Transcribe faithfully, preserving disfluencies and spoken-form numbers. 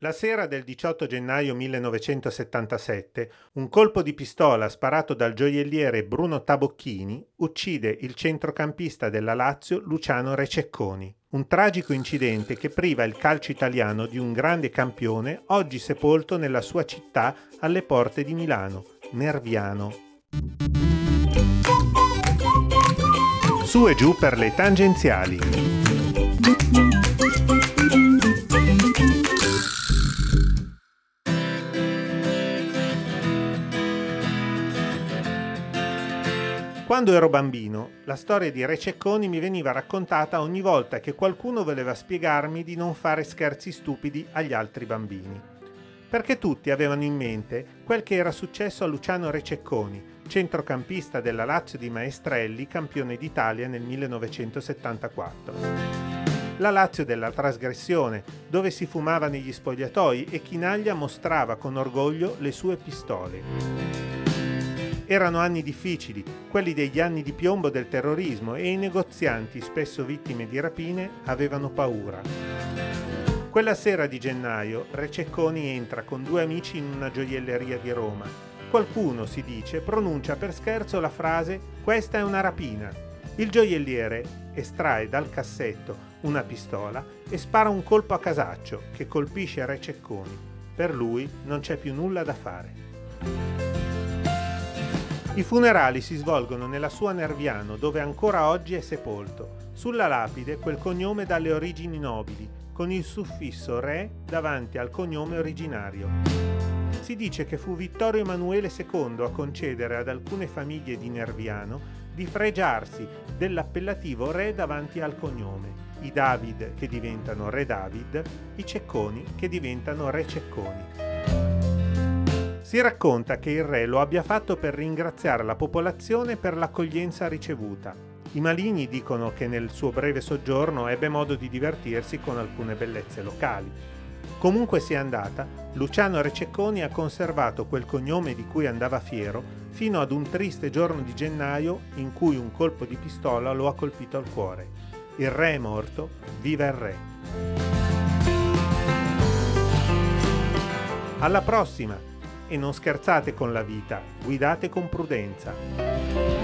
La sera del diciotto gennaio millenovecentosettantasette, un colpo di pistola sparato dal gioielliere Bruno Tabocchini uccide il centrocampista della Lazio Luciano Rececconi. Un tragico incidente che priva il calcio italiano di un grande campione oggi sepolto nella sua città alle porte di Milano, Nerviano. Su e giù per le tangenziali. Quando ero bambino, la storia di Rececconi mi veniva raccontata ogni volta che qualcuno voleva spiegarmi di non fare scherzi stupidi agli altri bambini. Perché tutti avevano in mente quel che era successo a Luciano Rececconi, centrocampista della Lazio di Maestrelli, campione d'Italia nel millenovecentosettantaquattro. La Lazio della trasgressione, dove si fumava negli spogliatoi e Chinaglia mostrava con orgoglio le sue pistole. Erano anni difficili, quelli degli anni di piombo del terrorismo, e i negozianti, spesso vittime di rapine, avevano paura. Quella sera di gennaio, Rececconi entra con due amici in una gioielleria di Roma. Qualcuno, si dice, pronuncia per scherzo la frase «Questa è una rapina». Il gioielliere estrae dal cassetto una pistola e spara un colpo a casaccio che colpisce Rececconi. Per lui non c'è più nulla da fare. I funerali si svolgono nella sua Nerviano, dove ancora oggi è sepolto. Sulla lapide quel cognome dalle origini nobili, con il suffisso re davanti al cognome originario. Si dice che fu Vittorio Emanuele secondo a concedere ad alcune famiglie di Nerviano di fregiarsi dell'appellativo re davanti al cognome. I David che diventano re David, i Cecconi che diventano re Cecconi. Si racconta che il re lo abbia fatto per ringraziare la popolazione per l'accoglienza ricevuta. I maligni dicono che nel suo breve soggiorno ebbe modo di divertirsi con alcune bellezze locali. Comunque sia andata, Luciano Rececconi ha conservato quel cognome di cui andava fiero fino ad un triste giorno di gennaio in cui un colpo di pistola lo ha colpito al cuore. Il re è morto, viva il re! Alla prossima! E non scherzate con la vita, guidate con prudenza.